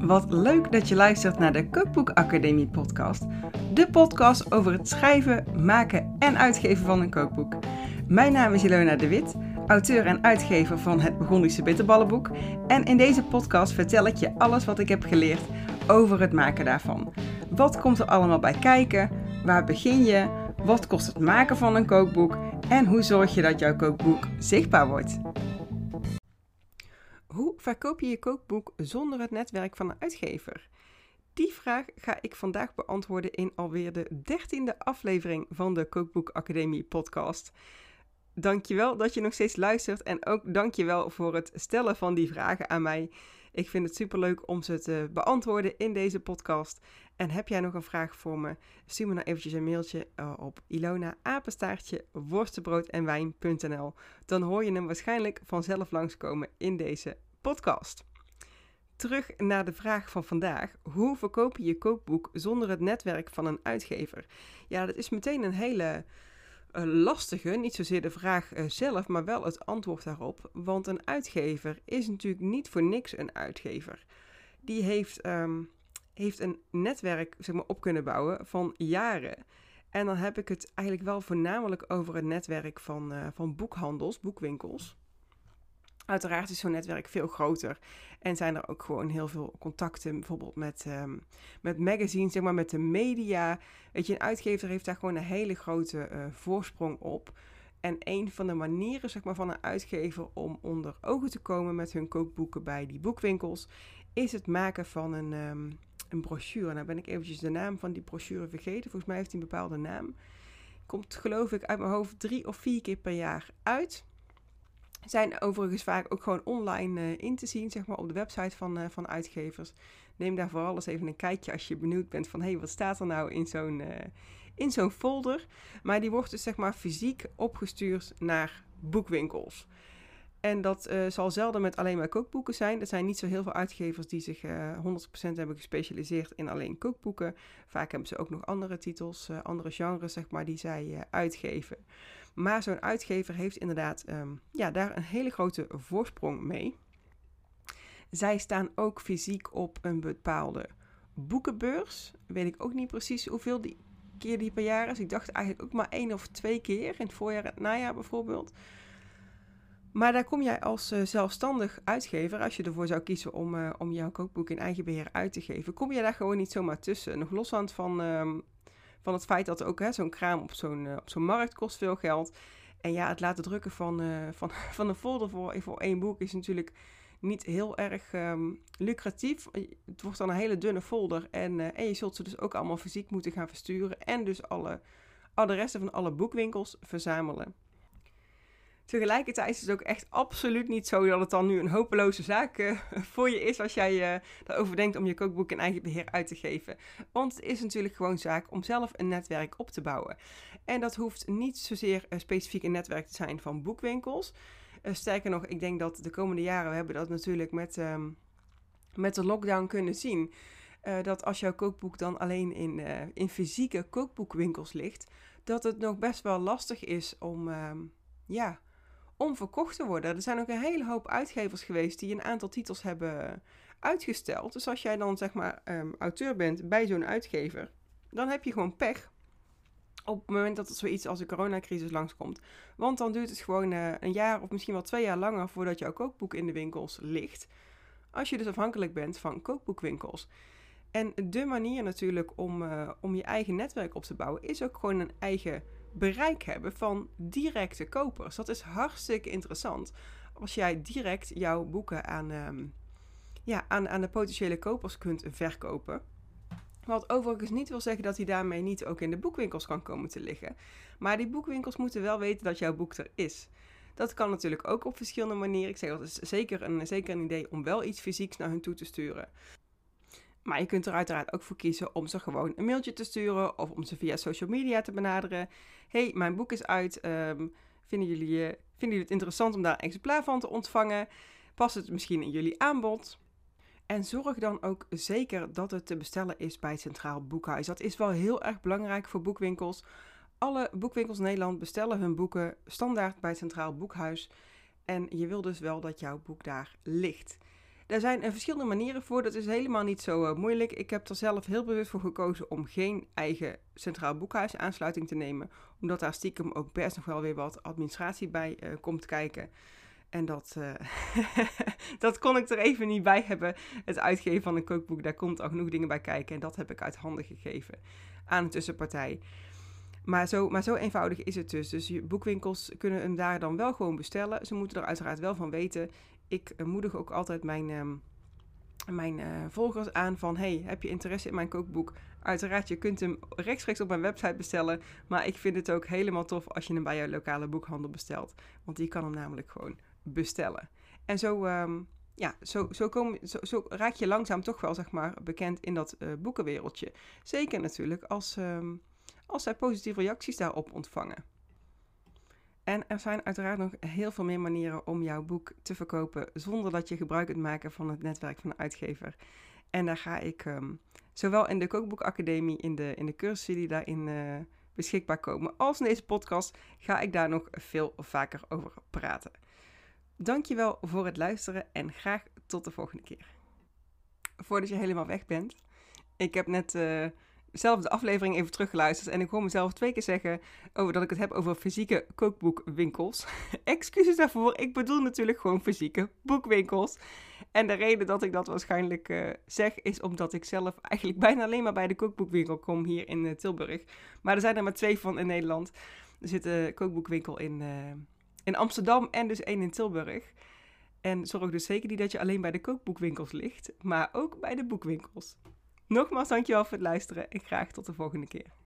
Wat leuk dat je luistert naar de Kookboek Academie podcast. De podcast over het schrijven, maken en uitgeven van een kookboek. Mijn naam is Ilona de Wit, auteur en uitgever van het Burgondische Bitterballenboek. En in deze podcast vertel ik je alles wat ik heb geleerd over het maken daarvan. Wat komt er allemaal bij kijken? Waar begin je? Wat kost het maken van een kookboek? En hoe zorg je dat jouw kookboek zichtbaar wordt? Hoe verkoop je je kookboek zonder het netwerk van een uitgever? Die vraag ga ik vandaag beantwoorden in alweer de 13e aflevering van de Kookboek Academie podcast. Dankjewel dat je nog steeds luistert en ook dankjewel voor het stellen van die vragen aan mij. Ik vind het superleuk om ze te beantwoorden in deze podcast. En heb jij nog een vraag voor me? Stuur me nou eventjes een mailtje op ilona@worstenbroodendwijn.nl. Dan hoor je hem waarschijnlijk vanzelf langskomen in deze podcast. Terug naar de vraag van vandaag. Hoe verkoop je je kookboek zonder het netwerk van een uitgever? Ja, dat is meteen een hele lastige, niet zozeer de vraag zelf, maar wel het antwoord daarop. Want een uitgever is natuurlijk niet voor niks een uitgever. Die heeft een netwerk op kunnen bouwen van jaren. En dan heb ik het eigenlijk wel voornamelijk over het netwerk van boekhandels, boekwinkels. Uiteraard is zo'n netwerk veel groter en zijn er ook gewoon heel veel contacten, bijvoorbeeld met magazines, met de media. Weet je, een uitgever heeft daar gewoon een hele grote voorsprong op. En een van de manieren van een uitgever om onder ogen te komen met hun kookboeken bij die boekwinkels, is het maken van een brochure. Nou ben ik eventjes de naam van die brochure vergeten. Volgens mij heeft hij een bepaalde naam. Komt geloof ik uit mijn hoofd 3 of 4 keer per jaar uit. Zijn overigens vaak ook gewoon online in te zien, op de website van uitgevers. Neem daar vooral eens even een kijkje als je benieuwd bent van, wat staat er nou in zo'n folder? Maar die wordt dus fysiek opgestuurd naar boekwinkels. En dat zal zelden met alleen maar kookboeken zijn. Er zijn niet zo heel veel uitgevers die zich 100% hebben gespecialiseerd in alleen kookboeken. Vaak hebben ze ook nog andere titels, andere genres die zij uitgeven. Maar zo'n uitgever heeft inderdaad daar een hele grote voorsprong mee. Zij staan ook fysiek op een bepaalde boekenbeurs. Weet ik ook niet precies hoeveel keer die per jaar is. Ik dacht eigenlijk ook maar 1 of 2 keer, in het voorjaar en het najaar bijvoorbeeld. Maar daar kom jij als zelfstandig uitgever, als je ervoor zou kiezen om jouw kookboek in eigen beheer uit te geven, kom je daar gewoon niet zomaar tussen. Nog loshand van het feit dat ook zo'n kraam op zo'n markt kost veel geld. En ja, het laten drukken van een folder voor 1 boek is natuurlijk niet heel erg lucratief. Het wordt dan een hele dunne folder en je zult ze dus ook allemaal fysiek moeten gaan versturen en dus alle adressen van alle boekwinkels verzamelen. Tegelijkertijd is het ook echt absoluut niet zo dat het dan nu een hopeloze zaak voor je is als jij erover denkt om je kookboek in eigen beheer uit te geven. Want het is natuurlijk gewoon zaak om zelf een netwerk op te bouwen. En dat hoeft niet zozeer specifiek een netwerk te zijn van boekwinkels. Sterker nog, ik denk dat de komende jaren, we hebben dat natuurlijk met de lockdown kunnen zien, dat als jouw kookboek dan alleen in fysieke kookboekwinkels ligt, dat het nog best wel lastig is om verkocht te worden. Er zijn ook een hele hoop uitgevers geweest die een aantal titels hebben uitgesteld. Dus als jij dan auteur bent bij zo'n uitgever, dan heb je gewoon pech op het moment dat er zoiets als de coronacrisis langskomt. Want dan duurt het gewoon een jaar of misschien wel 2 jaar langer voordat jouw kookboek in de winkels ligt. Als je dus afhankelijk bent van kookboekwinkels. En de manier natuurlijk om je eigen netwerk op te bouwen is ook gewoon een eigen bereik hebben van directe kopers. Dat is hartstikke interessant. Als jij direct jouw boeken aan de potentiële kopers kunt verkopen. Wat overigens niet wil zeggen dat hij daarmee niet ook in de boekwinkels kan komen te liggen. Maar die boekwinkels moeten wel weten dat jouw boek er is. Dat kan natuurlijk ook op verschillende manieren. Ik zeg dat is zeker een idee om wel iets fysieks naar hun toe te sturen. Maar je kunt er uiteraard ook voor kiezen om ze gewoon een mailtje te sturen of om ze via social media te benaderen. Hey, mijn boek is uit. Vinden jullie het interessant om daar een exemplaar van te ontvangen? Past het misschien in jullie aanbod? En zorg dan ook zeker dat het te bestellen is bij het Centraal Boekhuis. Dat is wel heel erg belangrijk voor boekwinkels. Alle boekwinkels in Nederland bestellen hun boeken standaard bij het Centraal Boekhuis. En je wil dus wel dat jouw boek daar ligt. Daar zijn verschillende manieren voor. Dat is helemaal niet zo moeilijk. Ik heb er zelf heel bewust voor gekozen om geen eigen centraal boekhuis aansluiting te nemen. Omdat daar stiekem ook best nog wel weer wat administratie bij komt kijken. En dat kon ik er even niet bij hebben. Het uitgeven van een kookboek, daar komt al genoeg dingen bij kijken. En dat heb ik uit handen gegeven aan een tussenpartij. Maar zo eenvoudig is het dus. Dus je boekwinkels kunnen hem daar dan wel gewoon bestellen. Ze moeten er uiteraard wel van weten. Ik moedig ook altijd mijn volgers aan van... Hey, heb je interesse in mijn kookboek? Uiteraard, je kunt hem rechtstreeks op mijn website bestellen. Maar ik vind het ook helemaal tof als je hem bij jouw lokale boekhandel bestelt. Want die kan hem namelijk gewoon bestellen. En zo raak je langzaam toch wel, zeg maar, bekend in dat boekenwereldje. Zeker natuurlijk als zij positieve reacties daarop ontvangen. En er zijn uiteraard nog heel veel meer manieren om jouw boek te verkopen zonder dat je gebruik kunt maken van het netwerk van de uitgever. En daar ga ik zowel in de Kookboekacademie, in de cursussen die daarin beschikbaar komen, als in deze podcast, ga ik daar nog veel vaker over praten. Dankjewel voor het luisteren en graag tot de volgende keer. Voordat je helemaal weg bent, ik heb net zelf de aflevering even teruggeluisterd en ik hoor mezelf 2 keer zeggen dat ik het heb over fysieke kookboekwinkels. Excuses daarvoor, ik bedoel natuurlijk gewoon fysieke boekwinkels. En de reden dat ik dat waarschijnlijk zeg is omdat ik zelf eigenlijk bijna alleen maar bij de kookboekwinkel kom hier in Tilburg. Maar er zijn er maar 2 van in Nederland. Er zit een kookboekwinkel in Amsterdam en dus 1 in Tilburg. En zorg dus zeker niet dat je alleen bij de kookboekwinkels ligt, maar ook bij de boekwinkels. Nogmaals dankjewel voor het luisteren en graag tot de volgende keer.